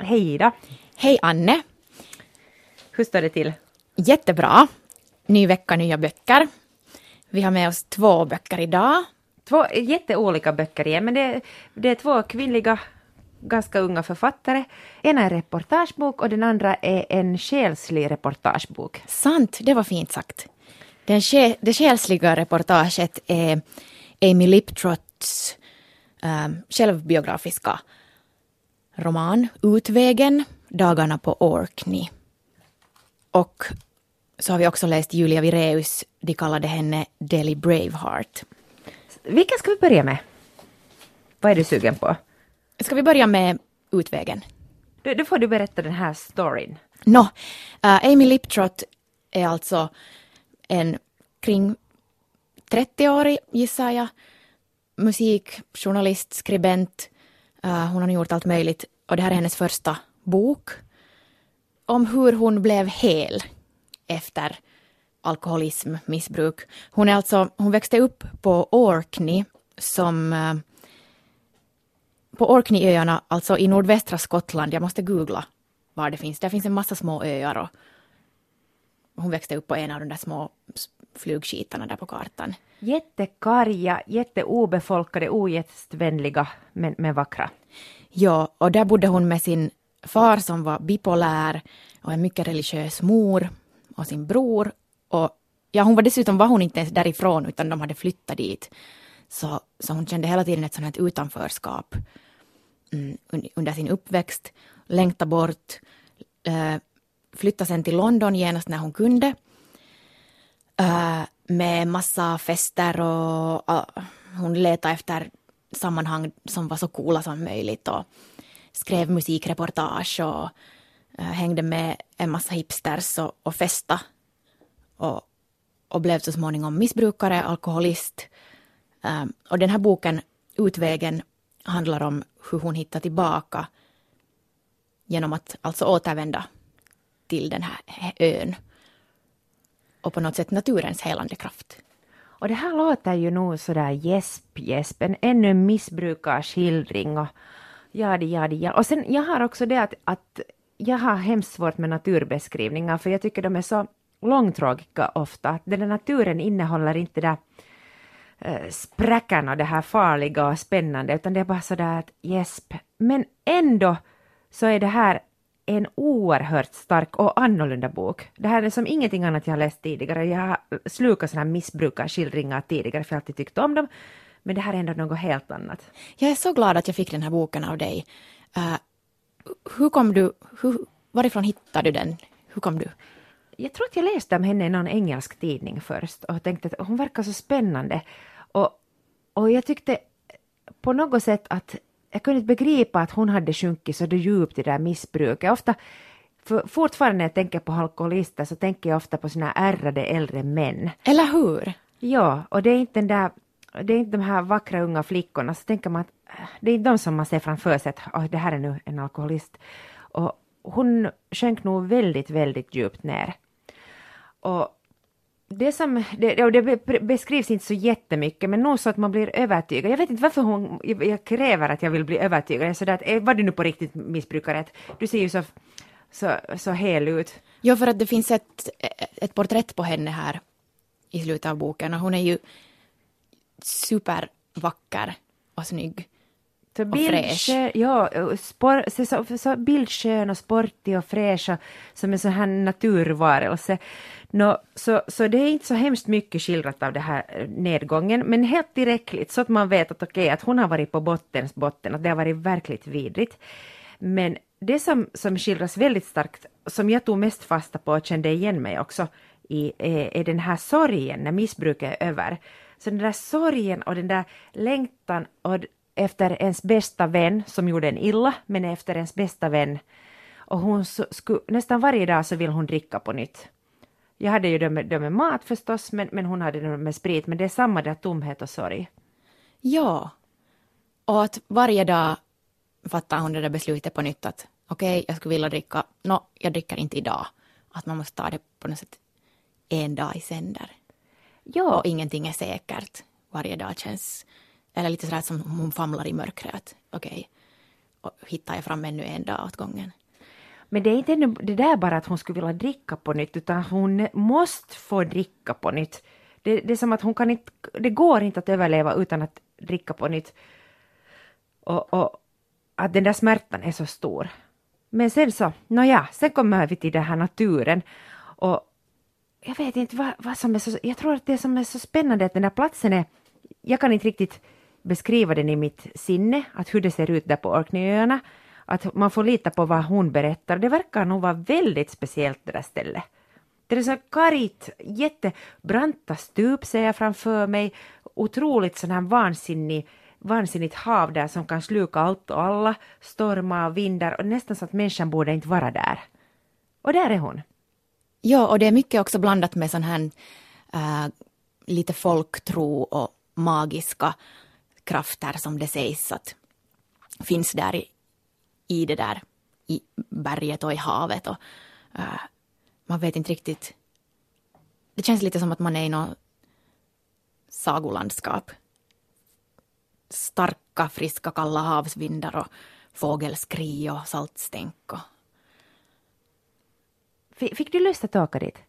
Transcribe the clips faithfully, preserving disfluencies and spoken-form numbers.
Hej Ida. Hej Anne. Hur står det till? Jättebra. Ny vecka, nya böcker. Vi har med oss två böcker idag. Två jätteolika böcker igen, men det, det är två kvinnliga, ganska unga författare. En är en reportagebok och den andra är en själslig reportagebok. Sant, det var fint sagt. Den sjä, det själsliga reportaget är Amy Liptrotts um, självbiografiska roman Utvägen, dagarna på Orkney. Och så har vi också läst Julia Vireus, de kallade henne Delhi Braveheart. Vilka ska vi börja med? Vad är du sugen på? Ska vi börja med Utvägen? Då, då får du berätta den här storyn. Nå, no, uh, Amy Liptrott är alltså en kring trettio-årig, gissar jag, musikjournalist, skribent. Uh, hon har gjort allt möjligt och det här är hennes första bok om hur hon blev hel efter alkoholism, missbruk. Hon är alltså, hon växte upp på Orkney som uh, på Orkneyöarna, alltså i nordvästra Skottland. Jag måste googla var det finns. Där finns en massa små öar och hon växte upp på en av de där små flugskitarna där på kartan. Jättekarga, jätteobefolkade, ogästvänliga men, men vackra. Ja, och där bodde hon med sin far som var bipolär och en mycket religiös mor och sin bror. Och ja, hon var dessutom var hon inte ens därifrån utan de hade flyttat dit. Så, så hon kände hela tiden ett sånt här utanförskap mm, under sin uppväxt. Längta bort, äh, flytta sen till London genast när hon kunde. Äh, med massa fester och uh, hon letade efter sammanhang som var så coola som möjligt och skrev musikreportage och uh, hängde med en massa hipsters och, och festa och, och blev så småningom missbrukare, alkoholist. Uh, och den här boken, Utvägen, handlar om hur hon hittar tillbaka genom att alltså återvända till den här ön. Och på något sätt naturens helande kraft. Och det här låter ju nog sådär gäsp, gäsp. En ännu en missbrukarskildring. Och jadi, jadi, ja. Och sen jag har också det att, att jag har hemskt svårt med naturbeskrivningar. För jag tycker de är så långtråkiga ofta. Den där naturen innehåller inte det där äh, spräckan och det här farliga och spännande. Utan det är bara sådär att gäsp. Men ändå så är det här en oerhört stark och annorlunda bok. Det här är som ingenting annat jag har läst tidigare. Jag har slukat sådana här missbrukarskildringar tidigare för jag har alltid tyckt om dem. Men det här är ändå något helt annat. Jag är så glad att jag fick den här boken av dig. Uh, hur kom du, hur, varifrån hittade du den? Hur kom du? Jag tror att jag läste om henne i någon engelsk tidning först och tänkte att hon verkar så spännande. Och, och jag tyckte på något sätt att jag kunde inte begripa att hon hade sjunkit så djupt i det där missbruket. Ofta, för fortfarande när jag tänker på alkoholister så tänker jag ofta på såna ärrade äldre män. Eller hur? Ja, och det är inte den där, det är inte de här vackra unga flickorna. Så tänker man att det är inte de som man ser framför sig att oh, det här är nu en alkoholist. Och hon sjönk nog väldigt, väldigt djupt ner. Och Det, som, det, det beskrivs inte så jättemycket, men nog så att man blir övertygad. Jag vet inte varför hon, jag kräver att jag vill bli övertygad. Så att, var du nu på riktigt missbrukare? Du ser ju så, så, så hel ut. Ja, för att det finns ett, ett porträtt på henne här i slutet av boken. Och hon är ju supervacker och snygg. Så och fräsch. Ja, spor, så, så, så bildskön och sportig och fräsch och, som en sån här naturvarelse. No, så, så det är inte så hemskt mycket skildrat av det här nedgången, men helt tillräckligt så att man vet att okej, att hon har varit på bottens botten, att det har varit verkligt vidrigt. Men det som, som skildras väldigt starkt, som jag tog mest fasta på och kände igen mig också i, är, är den här sorgen när missbruket är över. Så den där sorgen och den där längtan och efter ens bästa vän som gjorde en illa, men efter ens bästa vän. Och hon sku, nästan varje dag så vill hon dricka på nytt. Jag hade ju det med, det med mat förstås, men, men hon hade det med sprit. Men det är samma där tomhet och sorg. Ja, och att varje dag fattar hon det där beslutet på nytt att okej, okay, jag skulle vilja dricka. Nå, no, jag dricker inte idag. Att man måste ta det på något sätt en dag i sänder. Ja. Och ingenting är säkert. Varje dag känns, eller lite sådär som hon famlar i mörkret. Okej, okay. hittar jag fram ännu en dag åt gången. Men det är inte ännu, det där bara att hon skulle vilja dricka på nytt, utan hon måste få dricka på nytt. Det, det är som att hon kan inte, det går inte att överleva utan att dricka på nytt. Och, och att den där smärtan är så stor. Men sen så, nåja, sen kommer vi till den här naturen. Och jag vet inte vad, vad som är så, jag tror att det som är så spännande att den där platsen är, jag kan inte riktigt beskriva den i mitt sinne, att hur det ser ut där på Orkneyöarna. Att man får lita på vad hon berättar. Det verkar nog vara väldigt speciellt det där stället. Det är så karigt, jättebranta stup ser jag framför mig. Otroligt sån här vansinnig, vansinnigt hav där som kan sluka allt och alla. Stormar och vindar och nästan så att människan borde inte vara där. Och där är hon. Ja, och det är mycket också blandat med sån här äh, lite folktro och magiska krafter som det sägs att finns där i, i det där i berget och i havet. Och, äh, man vet inte riktigt. Det känns lite som att man är i något sagolandskap. Starka, friska, kalla havsvindar och fågelskri och saltstänk. Och... Fick du lust att åka dit?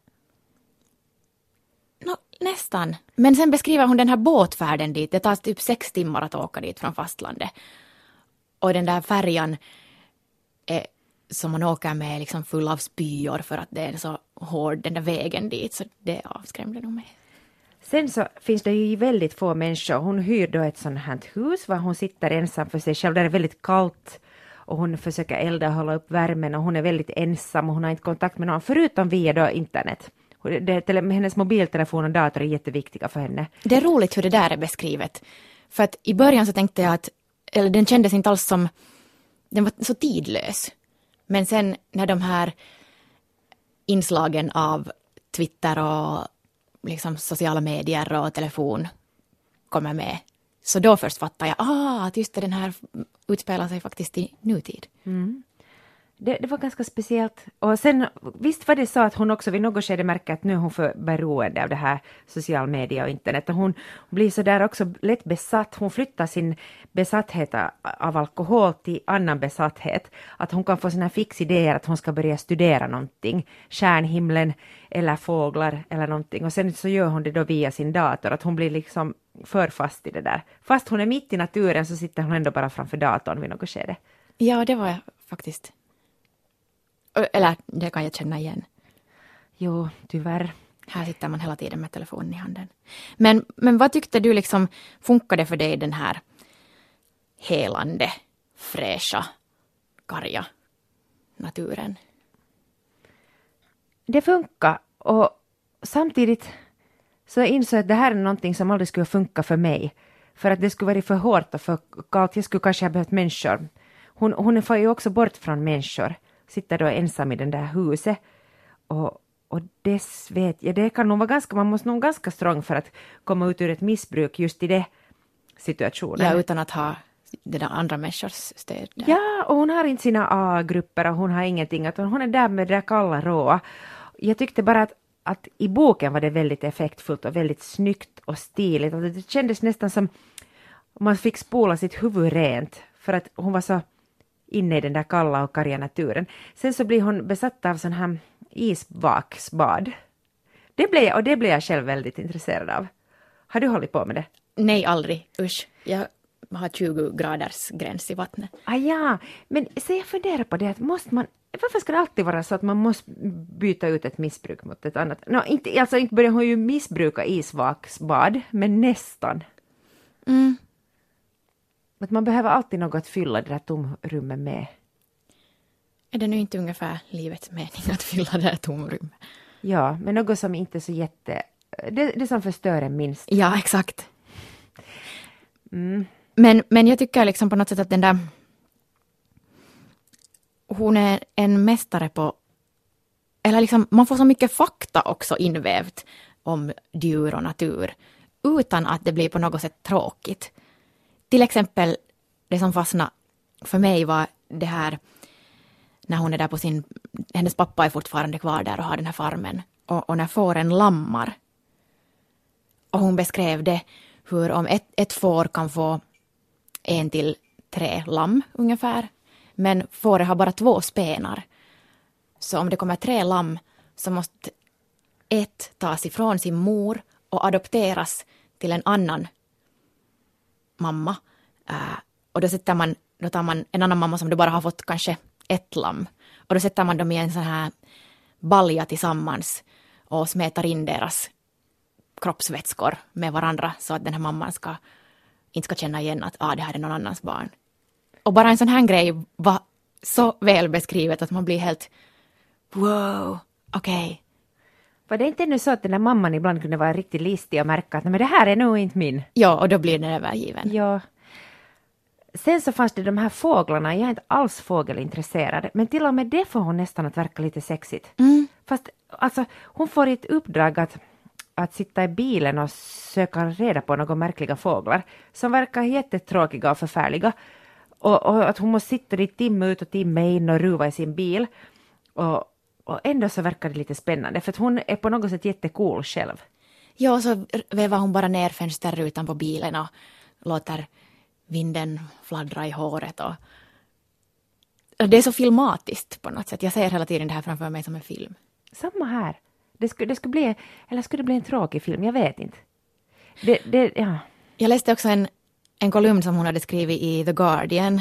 No, nästan. Men sen beskriver hon den här båtfärden dit. Det tar typ sex timmar att åka dit från fastlandet. Och den där färjan är, som man åker med är liksom full av spyor för att det är så hård den där vägen dit. Så det avskrämde nog mig. Sen så finns det ju väldigt få människor. Hon hyr då ett sånt här hus var hon sitter ensam för sig själv. Där är väldigt kallt. Och hon försöker elda och hålla upp värmen och hon är väldigt ensam och hon har inte kontakt med någon förutom via då internet. Det, det, hennes mobiltelefon och dator är jätteviktiga för henne. Det är roligt hur det där är beskrivet. För att i början så tänkte jag att eller den kändes inte alls som den var så tidlös. Men sen när de här inslagen av Twitter och liksom sociala medier och telefon kommer med. Så då först fattar jag ah, att just det, den här utspelar sig faktiskt i nutid. Mm. Det, det var ganska speciellt. Och sen, visst var det så att hon också vid något skede märker att nu är hon för beroende av det här social media och internet. Och hon blir så där också lätt besatt. Hon flyttar sin besatthet av alkohol till annan besatthet. Att hon kan få såna här fix idéer att hon ska börja studera någonting. Stjärnhimlen eller fåglar eller någonting. Och sen så gör hon det då via sin dator. Att hon blir liksom för fast i det där. Fast hon är mitt i naturen så sitter hon ändå bara framför datorn vid något skede. Ja, det var jag faktiskt. Eller det kan jag känna igen. Jo, tyvärr. Här sitter man hela tiden med telefonen i handen. Men, men vad tyckte du liksom funkade för dig den här helande, fräscha, karga naturen? Det funkar och samtidigt så insåg jag att det här är någonting som aldrig skulle funka för mig. För att det skulle vara för hårt och för kallt. Jag skulle kanske ha behövt människor. Hon, hon får ju också bort från människor. Sitter då ensam i den där huset. Och, och det vet jag, det kan nog vara ganska, man måste nog vara ganska strong för att komma ut ur ett missbruk just i det situationen. Ja, utan att ha det där andra människors stöd. Där. Ja, och hon har inte sina A-grupper och hon har ingenting. Att hon är där med det där kalla råa. Jag tyckte bara att, att i boken var det väldigt effektfullt och väldigt snyggt och stiligt. Alltså det kändes nästan som om man fick spola sitt huvud rent. För att hon var så inne i den där kalla och karga naturen. Sen så blir hon besatt av sån här isvaksbad. Det blev jag, och det blev jag själv väldigt intresserad av. Har du hållit på med det? Nej, aldrig. Usch. Jag har tjugo graders gräns i vattnet. Ah, ja, men så jag funderar på det att måste man, varför ska det alltid vara så att man måste byta ut ett missbruk mot ett annat? No, inte, alltså inte börjar hon ju missbruka isvaksbad, men nästan. Mm. Att man behöver alltid något att fylla det där tomrummet med. Är det nu inte ungefär livets mening att fylla det där tomrummet? Ja, men något som inte är så jätte... Det, det som förstör en minst. Ja, exakt. Mm. Men, men jag tycker liksom på något sätt att den där... Hon är en mästare på... Eller liksom, man får så mycket fakta också invävt om djur och natur. Utan att det blir på något sätt tråkigt. Till exempel, det som fastnade för mig var det här... När hon är där på sin... Hennes pappa är fortfarande kvar där och har den här farmen. Och, och när fåren lammar. Och hon beskrev det hur om ett, ett får kan få en till tre lamm ungefär. Men fåret har bara två spenar. Så om det kommer tre lamm så måste ett tas ifrån sin mor och adopteras till en annan mamma. Uh, och då sätter man, då tar man en annan mamma som då bara har fått kanske ett lamm. Och då sätter man dem i en sån här balja tillsammans och smetar in deras kroppsvätskor med varandra så att den här mamman ska, inte ska känna igen att ah, det här är någon annans barn. Och bara en sån här grej var så väl beskrivet att man blir helt wow, okej. Okay. Var det inte ännu så att den där mamman ibland kunde vara riktigt listig och märka att men det här är nog inte min? Ja, och då blir den övergiven. Ja. Sen så fanns det de här fåglarna, jag är inte alls fågelintresserad, men till och med det får hon nästan att verka lite sexigt. Mm. Fast alltså, hon får ett uppdrag att, att sitta i bilen och söka reda på några märkliga fåglar som verkar jättetråkiga och förfärliga. Och, och att hon måste sitta dit timme ut och timme in och ruva i sin bil. Och, och ändå så verkar det lite spännande för att hon är på något sätt jättecool själv. Ja, så vevar hon bara ner fönsterrutan på bilen och låter vinden fladdra i håret. Och det är så filmatiskt på något sätt. Jag ser hela tiden det här framför mig som en film. Samma här. Det skulle, det skulle bli, eller skulle det bli en tråkig film? Jag vet inte. Det, det, ja. Jag läste också en, en kolumn som hon hade skrivit i The Guardian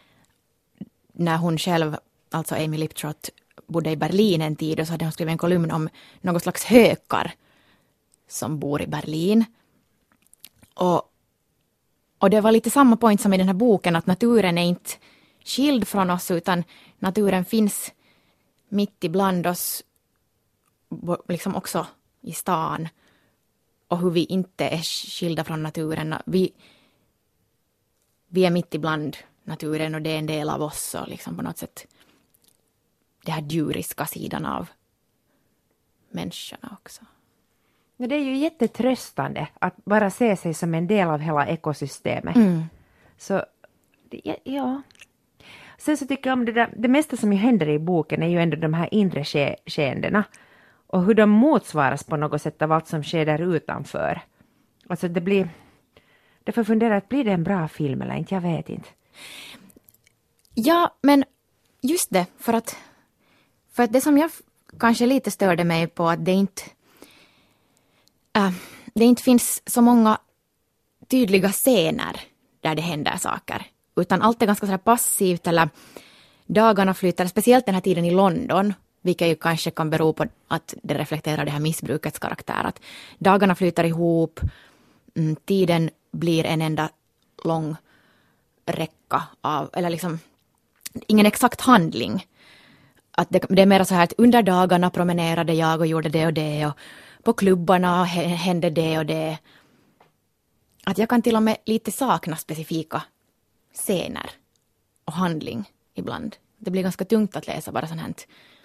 när hon själv, alltså Amy Liptrot, bodde i Berlin en tid och så hade hon skrivit en kolumn om något slags hökar som bor i Berlin. Och, och det var lite samma point som i den här boken att naturen är inte skild från oss utan naturen finns mitt ibland oss liksom också i stan och hur vi inte är skilda från naturen. Vi, vi är mitt ibland naturen och det är en del av oss och liksom på något sätt det här djuriska sidan av människorna också. Men det är ju jättetröstande att bara se sig som en del av hela ekosystemet. Mm. Så, ja, ja. Sen så tycker jag om det där, det mesta som ju händer i boken är ju ändå de här inre ske, skeendena. Och hur de motsvaras på något sätt av allt som sker där utanför. Alltså det blir, det får fundera att blir det en bra film eller inte, jag vet inte. Ja, men just det, för att, för att det som jag kanske lite störde mig på att det inte, äh, det inte finns så många tydliga scener där det händer saker. Utan allt är ganska så här passivt eller dagarna flyter, speciellt den här tiden i London, vilket ju kanske kan bero på att det reflekterar det här missbrukets karaktär. Att dagarna flyter ihop, mm, tiden blir en enda lång räcka av, eller liksom ingen exakt handling. Att det, det är mer så här att under dagarna promenerade jag och gjorde det och det och på klubbarna hände det och det. Att jag kan till och med lite sakna specifika scener och handling ibland. Det blir ganska tungt att läsa bara sånt här.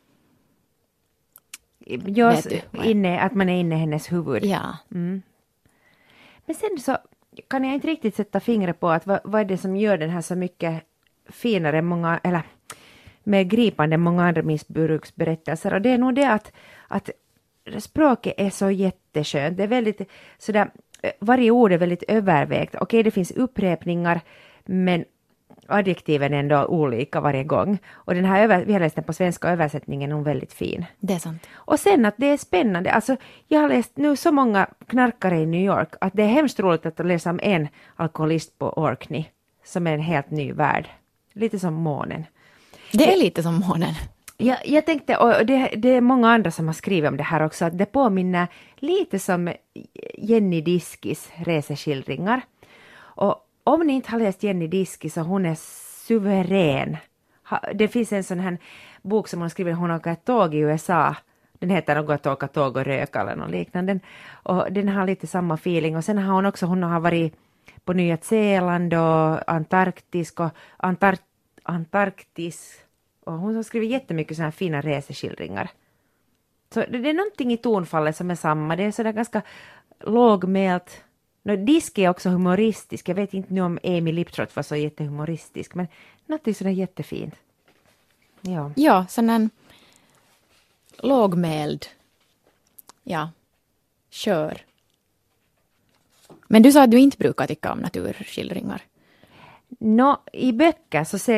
Jag inne, att man är inne i hennes huvud. Ja. Mm. Men sen så kan jag inte riktigt sätta fingret på att vad, vad är det som gör den här så mycket finare än många, eller mer gripande än många andra missbruksberättelser. Och det är nog det att, att språket är så jätteskönt. Det är väldigt sådär, varje ord är väldigt övervägt. Okej, det finns upprepningar, men adjektiven är ändå olika varje gång. Och den här, över, vi har läst den på svenska, översättningen är nog väldigt fin. Det är sant. Och sen att det är spännande. Alltså, jag har läst nu så många knarkare i New York att det är hemskt roligt att läsa om en alkoholist på Orkney som är en helt ny värld. Lite som månen. Det är lite som månen. Jag, jag tänkte, och det, det är många andra som har skrivit om det här också, att det påminner lite som Jenny Diskis reseskildringar. Och om ni inte har läst Jenny Diski så hon är suverän. Det finns en sån här bok som hon skriver, hon åker tåg i U S A. Den heter något att åka tåg och röka eller något liknande. Och den har lite samma feeling. Och sen har hon också, hon har varit på Nya Zeeland och Antarktis och Antar- Antarktis. Och hon har skrivit jättemycket såna här fina reseskildringar. Så det, det är någonting i tonfallet som är samma. Det är sådär ganska lågmält. No, Disk är också humoristisk. Jag vet inte nu om Amy Liptrot var så jättehumoristisk. Men något är sådär jättefint. Ja, Ja, sån en lågmäld. Ja, kör. Men du sa att du inte brukar tycka om naturskildringar. Nå, i böcker så ser jag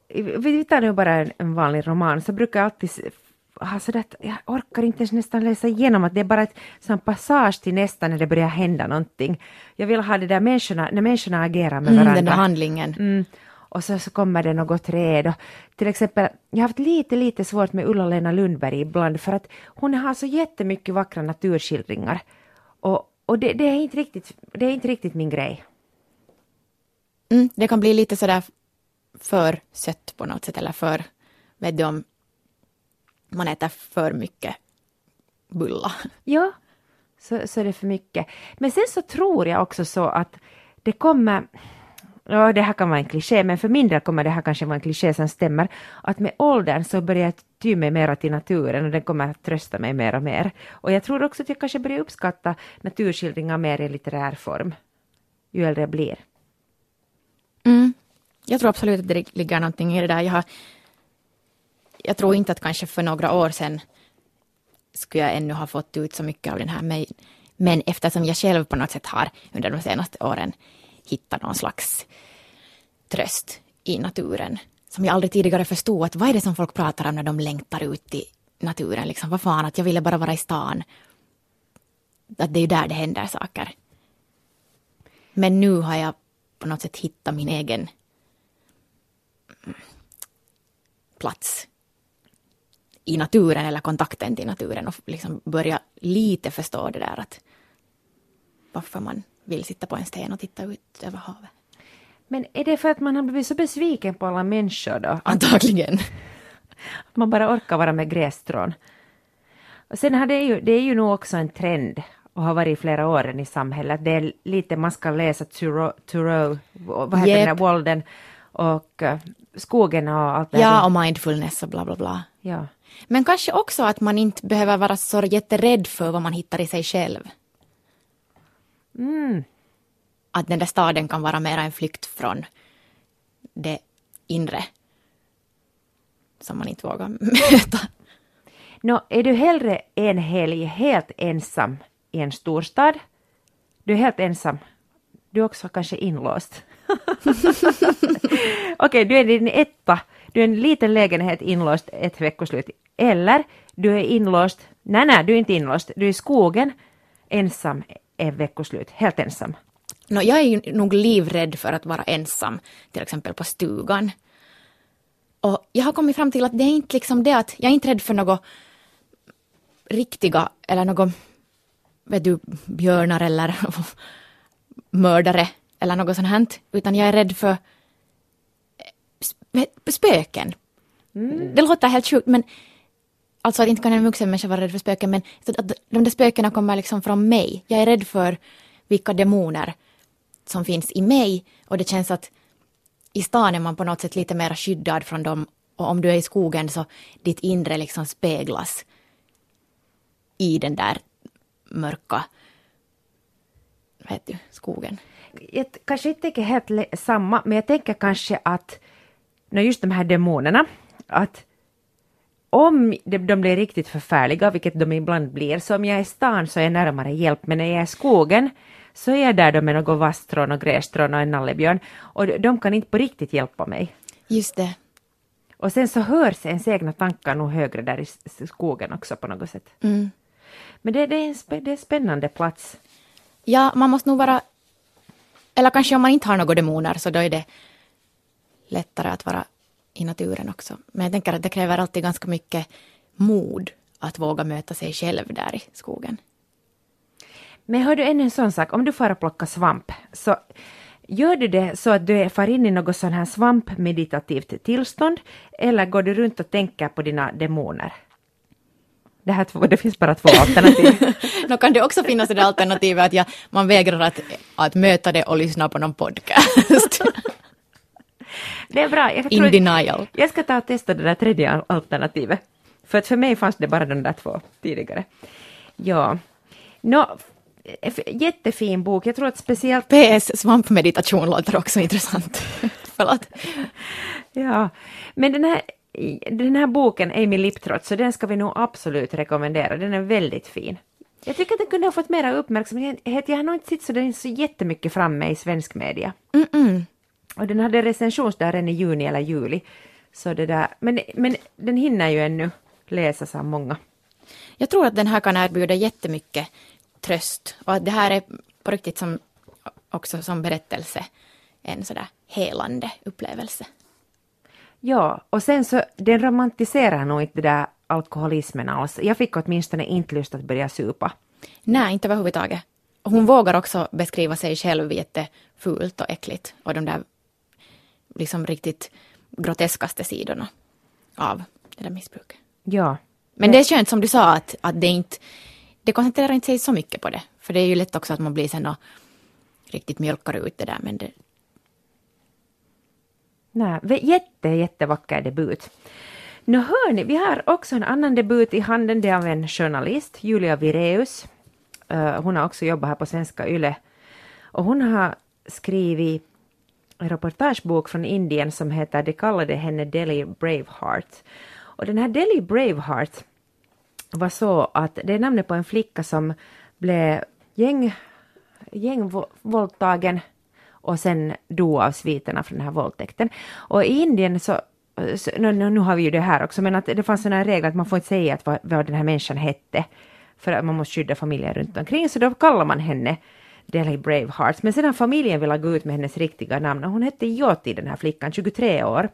vi tar nu bara en, en vanlig roman, så brukar jag alltid ha sådär att jag orkar inte ens nästan läsa igenom att det är bara ett sån passage till nästa när det börjar hända någonting. Jag vill ha det där människorna, när människorna agerar med mm, varandra. Den där handlingen. Mm. Och så, så kommer det något träd. Och till exempel, jag har haft lite, lite svårt med Ulla-Lena Lundberg ibland för att hon har så jättemycket vackra naturskildringar. Och, och det, det, är inte riktigt, det är inte riktigt min grej. Mm, det kan bli lite sådär för sött på något sätt eller för, vet du om man äter för mycket bulla. Ja, så, så är det för mycket. Men sen så tror jag också så att det kommer, ja det här kan vara en kliché, men för min del kommer det här kanske vara en kliché som stämmer, att med åldern så börjar jag ty mig mera till naturen och den kommer att trösta mig mer och mer. Och jag tror också att jag kanske börjar uppskatta naturskildringar mer i litterär form, ju äldre jag blir. Mm. Jag tror absolut att det ligger någonting i det där. Jag, har, jag tror inte att kanske för några år sedan skulle jag ännu ha fått ut så mycket av den här. Men, men eftersom jag själv på något sätt har under de senaste åren hittat någon slags tröst i naturen. Som jag aldrig tidigare förstod. Att vad är det som folk pratar om när de längtar ut i naturen? Liksom, vad fan, att jag ville bara vara i stan. Att det är där det händer saker. Men nu har jag på något sätt hittat min egen plats i naturen eller kontakten till naturen och liksom börja lite förstå det där att varför man vill sitta på en sten och titta ut över havet. Men är det för att man har blivit så besviken på alla människor då? Antagligen. Att man bara orkar vara med grässtrån. Och sen har det ju, det är ju nog också en trend och har varit i flera år i samhället. Det är lite, man ska läsa Thoreau, Thoreau vad heter yep. den där Walden och uh, skogen och allt det. Ja, och mindfulness och bla bla bla. Ja. Men kanske också att man inte behöver vara så jätterädd för vad man hittar i sig själv. Mm. Att den där staden kan vara mer en flykt från det inre som man inte vågar möta. Nå, är du hellre en helg helt ensam i en storstad? Du är helt ensam. Du är också kanske inlåst. Okej, okay, du är i din etta. Du är en liten lägenhet inlåst ett veckoslut. Eller du är inlåst. Nej, nej, du är inte inlåst. Du är i skogen ensam ett veckoslut. Helt ensam. No, jag är ju nog livrädd för att vara ensam. Till exempel på stugan. Och jag har kommit fram till att det är inte liksom det att jag är inte rädd för något riktiga eller något, vet du, björnar eller mördare eller något sånt här, utan jag är rädd för spöken. Mm. Det låter helt sjukt, men alltså att inte kan en vuxen människa vara rädd för spöken, men att de där spökena kommer liksom från mig. Jag är rädd för vilka demoner som finns i mig, och det känns att i stan är man på något sätt lite mer skyddad från dem, och om du är i skogen så ditt inre liksom speglas i den där mörka, vet du, skogen. Jag kanske inte tänker helt le- samma, men jag tänker kanske att när just de här demonerna, att om de, de blir riktigt förfärliga, vilket de ibland blir, så om jag är i stan så är jag närmare hjälp, men när jag är i skogen så är jag där då med något vasstrån och grässtrån och en nallebjörn, och de kan inte på riktigt hjälpa mig. Just det. Och sen så hörs ens egna tankar nog högre där i skogen också på något sätt. Mm. Men det, det, är en sp- det är en spännande plats. Ja, man måste nog vara, eller kanske om man inte har några demoner så då är det lättare att vara i naturen också. Men jag tänker att det kräver alltid ganska mycket mod att våga möta sig själv där i skogen. Men hör du ännu en sån sak, om du får plocka svamp, så gör du det så att du far in i något sån här svampmeditativt tillstånd, eller går du runt och tänker på dina demoner? Det, här två, det finns bara två alternativ. Nå kan det också finnas det alternativet att jag, man vägrar att, att möta det och lyssna på någon podcast. Det är bra. Jag In tror, denial. Jag ska ta och testa det där tredje alternativet. För att för mig fanns det bara de där två tidigare. Ja. Nå, jättefin bok. Jag tror att speciellt... P S, svampmeditation låter också intressant. Förlåt. Ja, men den här, den här boken, Amy Liptrot, så den ska vi nog absolut rekommendera. Den är väldigt fin. Jag tycker att den kunde ha fått mera uppmärksamhet. Jag har nog inte sett så den är så jättemycket framme i svensk media. Mm-mm. Och den hade recensionsdagen i juni eller juli. Så det där, men, men den hinner ju ännu läsas av många. Jag tror att den här kan erbjuda jättemycket tröst och att det här är på riktigt som, också som berättelse en sådär helande upplevelse. Ja, och sen så den romantiserar nog inte det där alkoholismen alls. Jag fick åtminstone inte lust att börja supa. Nej, inte överhuvudtaget. Hon vågar också beskriva sig själv jättefult och äckligt och de där liksom riktigt groteskaste sidorna av det där missbruket. Ja. Men det är skönt som du sa att, att det inte det koncentrerar inte sig så mycket på det. För det är ju lätt också att man blir sen och riktigt mjölkar ut det där. Men det... Nej, jätte, jättevacker debut. Nu hör ni, vi har också en annan debut i handen. Det är av en journalist, Julia Vireus. Uh, hon har också jobbat här på Svenska Yle. Och hon har skrivit en reportagebok från Indien som heter, de kallade henne Delhi Braveheart. Och den här Delhi Braveheart var så att det är namnet på en flicka som blev gäng, gängvåldtagen och sen dog av sviterna från den här våldtäkten. Och i Indien så, så nu, nu har vi ju det här också, men att det fanns en regel att man får inte säga att vad, vad den här människan hette för att man måste skydda familjen runt omkring, så då kallar man henne Delhi Braveheart. Men sedan familjen ville gå ut med hennes riktiga namn, och hon hette Jyoti, den här flickan, tjugotre år.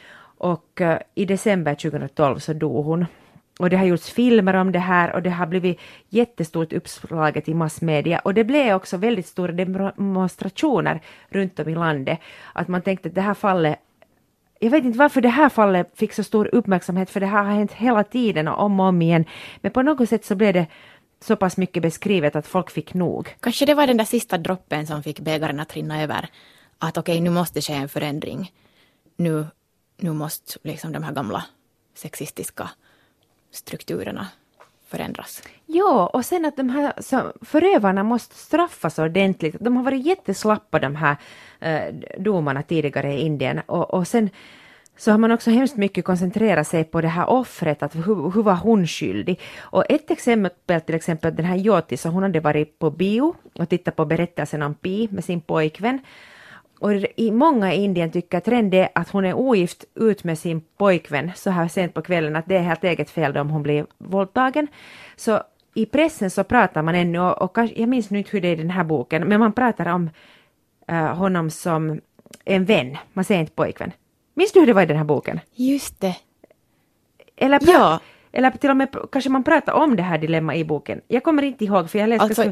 Och uh, i december tjugohundratolv så dog hon. Och det har gjorts filmer om det här och det har blivit jättestort uppslaget i massmedia. Och det blev också väldigt stora demonstrationer runt om i landet. Att man tänkte att det här fallet, jag vet inte varför det här fallet fick så stor uppmärksamhet, för det här har hänt hela tiden och om och om igen. Men på något sätt så blev det så pass mycket beskrivet att folk fick nog. Kanske det var den där sista droppen som fick bägaren att rinna över. Att okej, okay, nu måste ske en förändring. Nu, nu måste liksom de här gamla sexistiska strukturerna förändras. Ja, och sen att de här så, förövarna måste straffas ordentligt. De har varit jätteslappa, de här eh, domarna tidigare i Indien. Och, och sen så har man också hemskt mycket koncentrerat sig på det här offret, att hur, hur var hon skyldig. Och ett exempel, till exempel den här Jyoti, så hon hade varit på bio och tittat på berättelsen om Pi med sin pojkvän. Och i många i Indien tycker att trend är att hon är ogift ut med sin pojkvän så här sent på kvällen, att det är helt eget fel om hon blir våldtagen. Så i pressen så pratar man ännu, och, och jag minns nu inte hur det är i den här boken, men man pratar om uh, honom som en vän, man säger inte pojkvän. Minns du hur det var i den här boken? Just det. Eller, pra- ja. eller till och med kanske man pratar om det här dilemma i boken. Jag kommer inte ihåg, för jag läste... Alltså, så...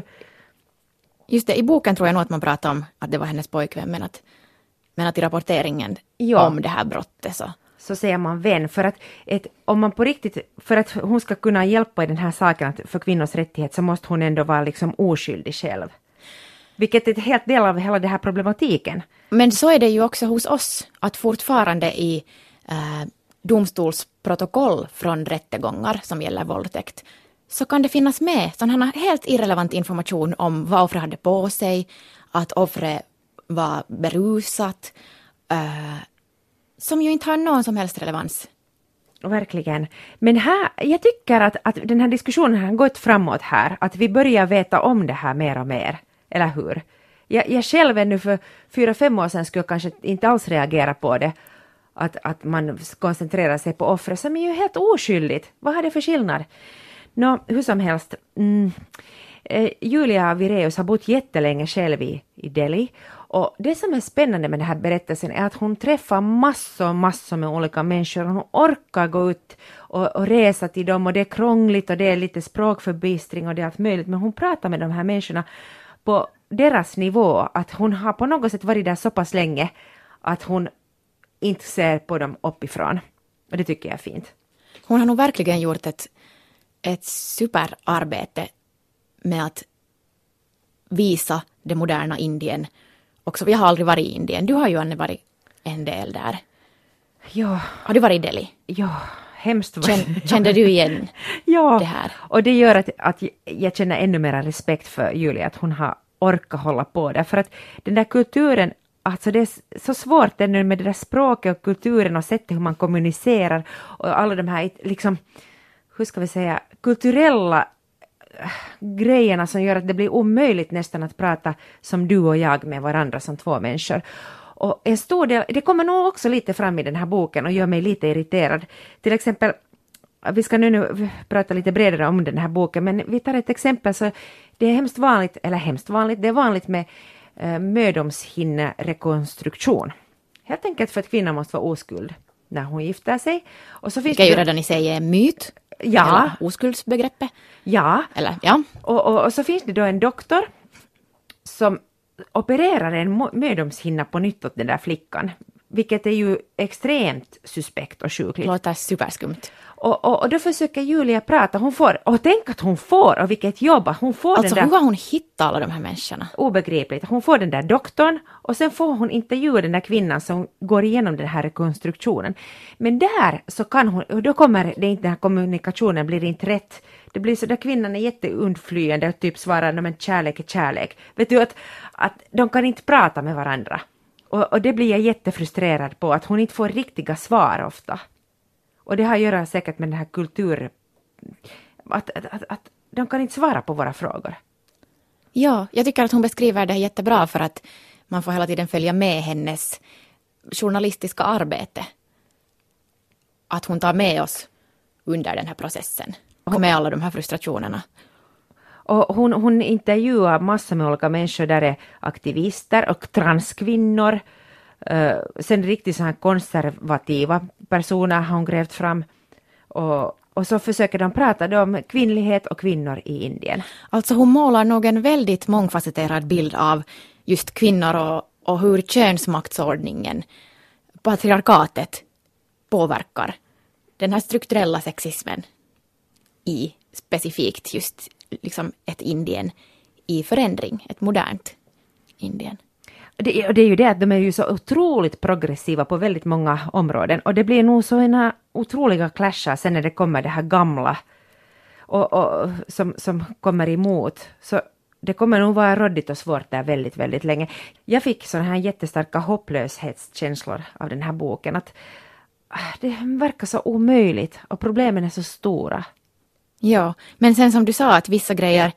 Just det, i boken tror jag nog att man pratar om att det var hennes pojkvän, men att, men att i rapporteringen ja. om det här brottet så... Så säger man vän, för att ett, om man på riktigt, för att hon ska kunna hjälpa i den här saken att för kvinnors rättighet, så måste hon ändå vara liksom oskyldig själv. Vilket är ett helt del av hela den här problematiken. Men så är det ju också hos oss, att fortfarande i eh, domstolsprotokoll från rättegångar som gäller våldtäkt, så kan det finnas med sån här helt irrelevant information om vad offret hade på sig, att offret var berusat, eh, som ju inte har någon som helst relevans. Verkligen. Men här, jag tycker att, att den här diskussionen har gått framåt här, att vi börjar veta om det här mer och mer, eller hur? Jag, jag själv ännu för fyra, fem år sedan skulle jag kanske inte alls reagera på det, att, att man koncentrerar sig på offret som är ju helt oskyldigt. Vad har det för skillnad? Nå, hur som helst, mm, eh, Julia Vireus har bott jättelänge själv i, i Delhi, och det som är spännande med den här berättelsen är att hon träffar massor massor med olika människor, och hon orkar gå ut och, och resa till dem, och det är krångligt och det är lite språkförbistring och det är allt möjligt, men hon pratar med de här människorna på deras nivå, att hon har på något sätt varit där så pass länge att hon inte ser på dem uppifrån, och det tycker jag är fint. Hon har nog verkligen gjort ett ett superarbete med att visa det moderna Indien. Också, jag har aldrig varit i Indien. Du har ju Anne varit en del där. Ja. Har du varit i Delhi? Ja, hemskt. Känn, kände du igen ja. det här? Och det gör att, att jag känner ännu mer respekt för Julia, att hon har orkat hålla på där. För att den där kulturen, alltså det är så svårt ännu med det där språket och kulturen och sättet hur man kommunicerar och alla de här liksom, hur ska vi säga, kulturella grejerna som gör att det blir omöjligt nästan att prata som du och jag med varandra som två människor. Och en stor del, det kommer nog också lite fram i den här boken och gör mig lite irriterad. Till exempel, vi ska nu, nu prata lite bredare om den här boken, men vi tar ett exempel. Så det är hemskt vanligt, eller hemskt vanligt, det är vanligt med eh, mödomshinnerekonstruktion. Helt enkelt för att kvinnan måste vara oskuld när hon gifter sig. Och så finns det kan det ju redan i sig en myt. Ja. Eller oskuldsbegreppet. Ja. Eller, ja. Och, och, och så finns det då en doktor som opererar en mödomshinna på nytt åt den där flickan. Vilket är ju extremt suspekt och sjukligt. Låter superskumt. Och, och, och då försöker Julia prata. Hon får, och tänk att hon får, och vilket jobb. Hon får alltså den där, hur har hon hittat alla de här människorna? Obegripligt. Hon får den där doktorn och sen får hon intervjua den där kvinnan som går igenom den här rekonstruktionen. Men där så kan hon, och då kommer det inte, den här kommunikationen blir inte rätt. Det blir så där kvinnan är jätteundflyende och typ svarar, men kärlek är kärlek. Vet du att, att de kan inte prata med varandra. Och, och det blir jag jättefrustrerad på, att hon inte får riktiga svar ofta. Och det har att göra säkert med den här kulturen, att, att, att, att de kan inte svara på våra frågor. Ja, jag tycker att hon beskriver det jättebra för att man får hela tiden följa med hennes journalistiska arbete. Att hon tar med oss under den här processen. Och med alla de här frustrationerna. Och hon, hon intervjuar massor med olika människor där är aktivister och transkvinnor. Uh, sen riktigt så här konservativa personer har hon grävt fram. Och, och så försöker de prata om kvinnlighet och kvinnor i Indien. Alltså hon målar nog en väldigt mångfacetterad bild av just kvinnor och, och hur könsmaktsordningen, patriarkatet, påverkar den här strukturella sexismen i specifikt just liksom ett Indien i förändring, ett modernt Indien. Det, det är ju det att de är ju så otroligt progressiva på väldigt många områden. Och det blir nog sådana otroliga clashar sen när det kommer det här gamla och, och, som, som kommer emot. Så det kommer nog vara råddigt och svårt där väldigt, väldigt länge. Jag fick sådana här jättestarka hopplöshetskänslor av den här boken. Att det verkar så omöjligt och problemen är så stora. Ja, men sen som du sa att vissa grejer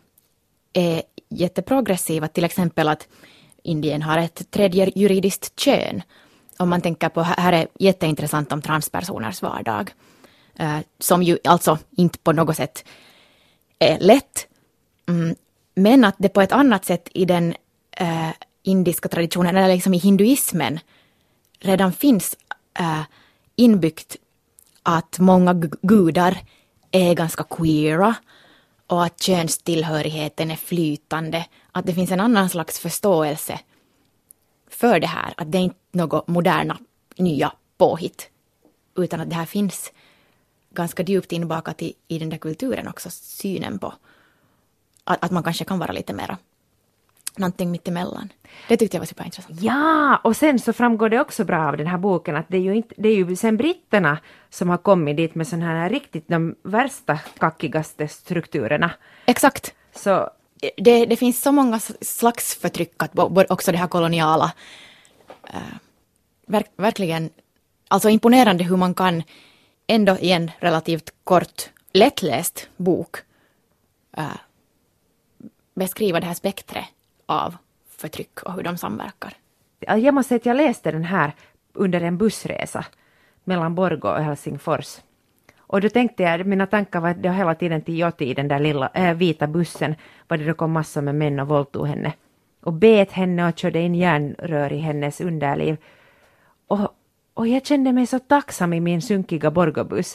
är jätteprogressiva. Till exempel att Indien har ett tredje juridiskt kön. Om man tänker på, här är jätteintressant om transpersoners vardag. Eh, som ju alltså inte på något sätt är lätt. Mm, men att det på ett annat sätt i den eh, indiska traditionen, eller liksom i hinduismen, redan finns eh, inbyggt att många gudar är ganska queera. Och att könstillhörigheten är flytande. Att det finns en annan slags förståelse för det här. Att det är inte något moderna, nya påhitt. Utan att det här finns ganska djupt inbakat i, i den där kulturen också. Synen på att, att man kanske kan vara lite mera någonting mitt emellan. Det tyckte jag var superintressant. Ja, och sen så framgår det också bra av den här boken att det är ju, inte, det är ju sen britterna som har kommit dit med sådana här riktigt de värsta kackigaste strukturerna. Exakt. Så det, det finns så många slags förtryck, att också det här koloniala. Äh, verk, verkligen, alltså imponerande hur man kan ändå i en relativt kort, lättläst bok äh, beskriva det här spektret av förtryck och hur de samverkar. Jag måste säga att jag läste den här under en bussresa mellan Borgå och Helsingfors. Och då tänkte jag, mina tankar var att det hela tiden till Joti i den där lilla äh, vita bussen var det då kom massor med män och våldtog henne. Och bet henne och körde in järnrör i hennes underliv. Och, och jag kände mig så tacksam i min sunkiga Borgåbuss.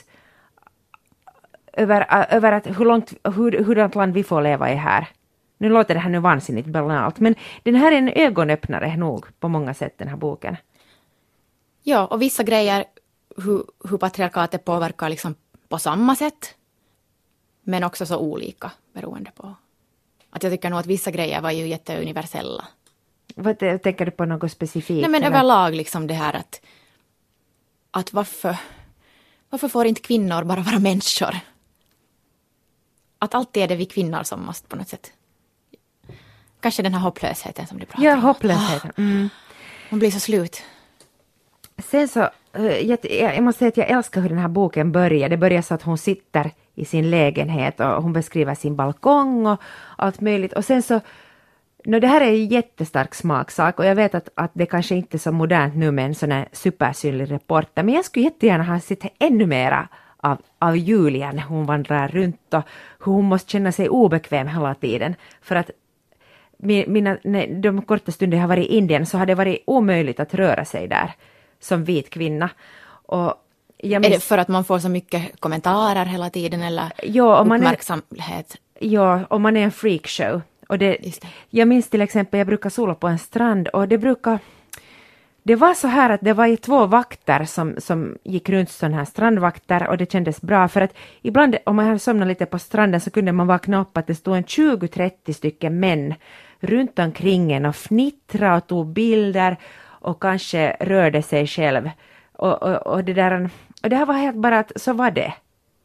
Över, över att hur långt, hur, hurdant land vi får leva i här. Nu låter det här nu vansinnigt banalt, men den här är en ögonöppnare nog på många sätt, den här boken. Ja, och vissa grejer, hur, hur patriarkatet påverkar liksom på samma sätt, men också så olika beroende på. Att jag tycker nog att vissa grejer var ju jätteuniversella. Vad tänker du på något specifikt? Nej, men eller? överlag liksom det här att, att varför, varför får inte kvinnor bara vara människor? Att alltid är det vi kvinnor som måste på något sätt. Kanske den här hopplösheten som du pratar ja, om. Ja, hopplösheten. Mm. Man blir så slut. Sen så, jag, jag måste säga att jag älskar hur den här boken börjar. Det börjar så att hon sitter i sin lägenhet och hon beskriver sin balkong och allt möjligt. Och sen så, No, det här är en jättestark smaksak och jag vet att, att det kanske inte är så modernt nu med en sån här supersynlig reporter, men jag skulle jättegärna ha sett ännu mera av, av Julia när hon vandrar runt och hur hon måste känna sig obekväm hela tiden. För att mina, när de korta stunder jag har varit i Indien så har det varit omöjligt att röra sig där som vit kvinna. Och jag minns, är det för att man får så mycket kommentarer hela tiden eller ja, om man uppmärksamhet? Är, ja, om man är en freakshow. Och det, det. Jag minns till exempel, jag brukar sola på en strand och det brukar... Det var så här att det var ju två vakter som, som gick runt sådana här strandvakter och det kändes bra för att ibland om man hade somnat lite på stranden så kunde man vakna upp att det stod en tjugo trettio stycken män runt omkring en och fnittra och tog bilder och kanske rörde sig själv. Och, och, och, det, där, och det här var helt bara att så var det.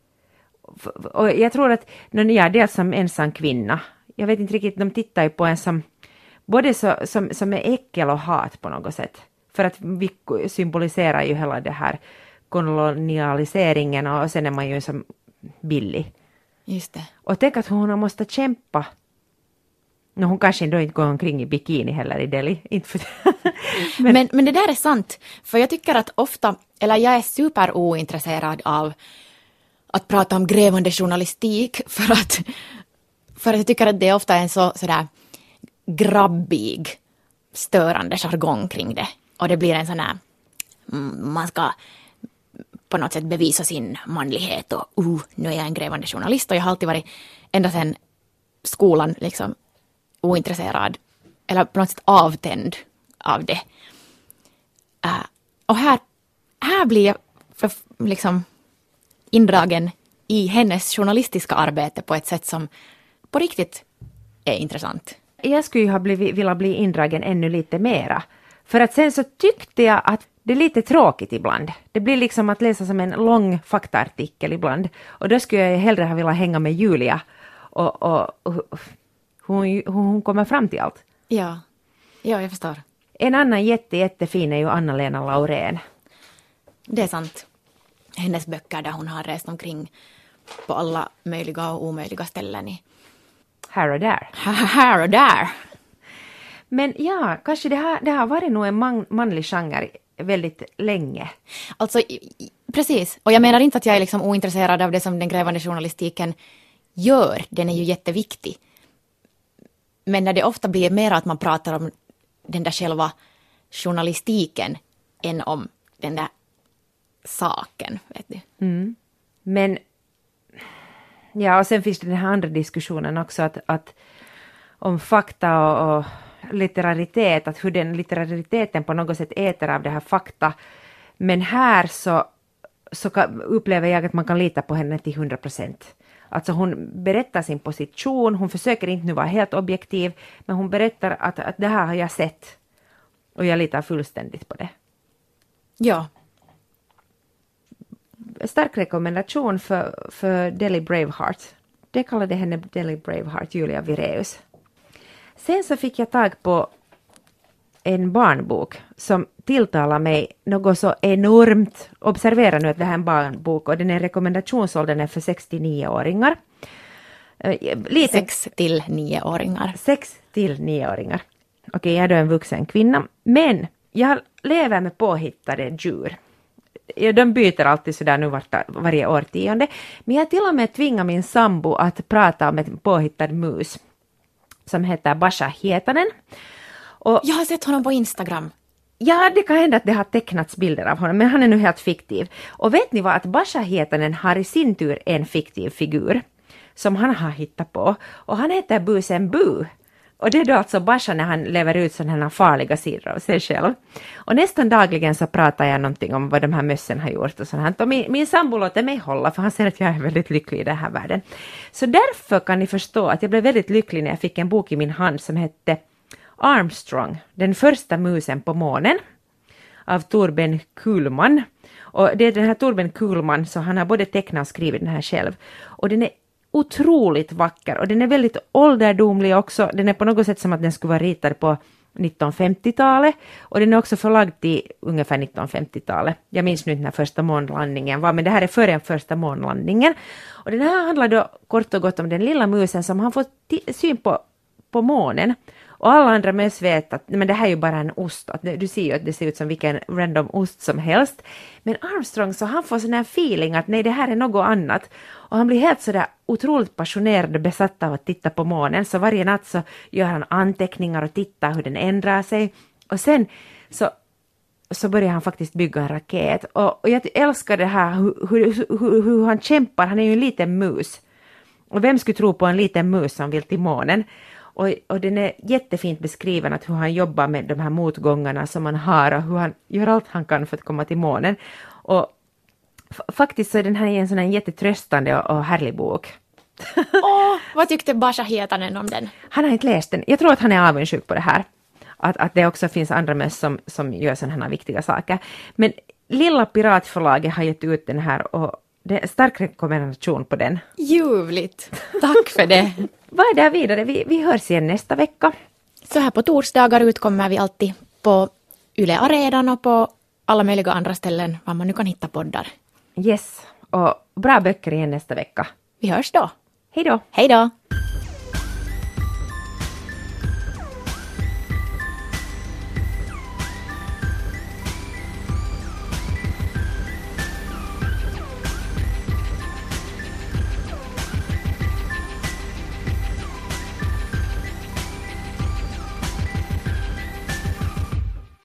Och jag tror att när jag är dels som ensam kvinna, jag vet inte riktigt, de tittar ju på en som både så, som, som är äckel och hat på något sätt. För att vi symboliserar ju hela det här kolonialiseringen och sen är man ju som billig. Just det. Och tänk att hon måste kämpa. No, hon kanske ändå inte går omkring i bikini heller i Delhi. Inte för men, men, men det där är sant. För jag tycker att ofta, eller jag är super ointresserad av att prata om grävande journalistik för att, för att jag tycker att det ofta är en så sådär grabbig, störande jargong kring det. Och det blir en sån här, man ska på något sätt bevisa sin manlighet och uh, nu är jag en grävande journalist och jag har alltid varit ända sedan skolan liksom ointresserad eller på något sätt avtänd av det. Uh, och här, här blir jag för, liksom indragen i hennes journalistiska arbete på ett sätt som på riktigt är intressant. Jag skulle ju ha blivit, vilja bli indragen ännu lite mera. För att sen så tyckte jag att det är lite tråkigt ibland. Det blir liksom att läsa som en lång faktaartikel ibland. Och då skulle jag hellre ha velat hänga med Julia. Och, och, och hon, hon kommer fram till allt. Ja, ja jag förstår. En annan jätte, jättefin är ju Anna-Lena Laurén. Det är sant. Hennes böcker där hon har rest omkring på alla möjliga och omöjliga ställen i här och där. Här och där. Men ja, kanske det har, det har varit nog en man, manlig genre väldigt länge. Alltså, precis. Och jag menar inte att jag är liksom ointresserad av det som den grävande journalistiken gör. Den är ju jätteviktig. Men när det ofta blir mer att man pratar om den där själva journalistiken än om den där saken, vet du. Mm. Men ja, och sen finns det den här andra diskussionen också att, att om fakta och, och litteraritet, att hur den litterariteten på något sätt äter av det här fakta. Men här så, så kan, upplever jag att man kan lita på henne till hundra procent. Alltså hon berättar sin position, hon försöker inte nu vara helt objektiv, men hon berättar att, att det här har jag sett och jag litar fullständigt på det. Ja. Stark rekommendation för, för Delhi Braveheart. Det kallade henne Delhi Braveheart, Julia Vireus. Sen så fick jag tag på en barnbok som tilltalar mig något så enormt. Observera nu att det här är en barnbok och den är rekommendationsåldern är för sex till nio-åringar. Lite, sex till nio-åringar. sex till nio-åringar. Okej, jag är då en vuxen kvinna. Men jag lever med påhittade djur. De byter alltid sådär nu var, varje årtionde. Men jag till och med tvingar min sambo att prata om en påhittad mus som heter Basha Hietanen. Och jag har sett honom på Instagram. Ja, det kan hända att det har tecknats bilder av honom, men han är nu helt fiktiv. Och vet ni vad, att Basha Hietanen har i sin tur en fiktiv figur som han har hittat på. Och han heter Busen Bu. Och det är då alltså Basha när han lever ut sådana här farliga sidor av sig själv. Och nästan dagligen så pratar jag någonting om vad de här mössen har gjort och sånt här. Och min, min sambo låter mig hålla för han säger att jag är väldigt lycklig i den här världen. Så därför kan ni förstå att jag blev väldigt lycklig när jag fick en bok i min hand som hette Armstrong, den första musen på månen av Torben Kuhlman. Och det är den här Torben Kuhlman, så han har både tecknat och skrivit den här själv. Och den är otroligt vacker och den är väldigt ålderdomlig också. Den är på något sätt som att den skulle vara ritad på nittonhundrafemtiotalet och den är också förlagd till ungefär nittonhundrafemtiotalet. Jag minns nu inte när första månlandningen var, men det här är före första månlandningen. Och den här handlar då kort och gott om den lilla musen som har fått syn på, på månen. Och alla andra möss vet att men det här är ju bara en ost. Att det, du ser ju att det ser ut som vilken random ost som helst. Men Armstrong så han får sån här feeling att nej det här är något annat. Och han blir helt sådär otroligt passionerad och besatt av att titta på månen. Så varje natt så gör han anteckningar och tittar hur den ändrar sig. Och sen så, så börjar han faktiskt bygga en raket. Och, och jag älskar det här hur, hur, hur, hur han kämpar. Han är ju en liten mus. Och vem skulle tro på en liten mus som vill till månen? Och, och den är jättefint beskriven att hur han jobbar med de här motgångarna som han har och hur han gör allt han kan för att komma till månen. Och f- faktiskt så är den här en sån här jättetröstande och, och härlig bok. Åh, vad tyckte Basha Hietanen om den? Han har inte läst den. Jag tror att han är avundsjuk på det här. Att, att det också finns andra möss som, som gör sådana här viktiga saker. Men Lilla Piratförlaget har gett ut den här och det är stark rekommendation på den. Ljuvligt. Tack för det. Vad är det vidare? Vi, vi hörs igen nästa vecka. Så här på torsdagar utkommer vi alltid på Yle Arenan och på alla möjliga andra ställen var man nu kan hitta poddar. Yes, och bra böcker igen nästa vecka. Vi hörs då. Hej då! Hej då!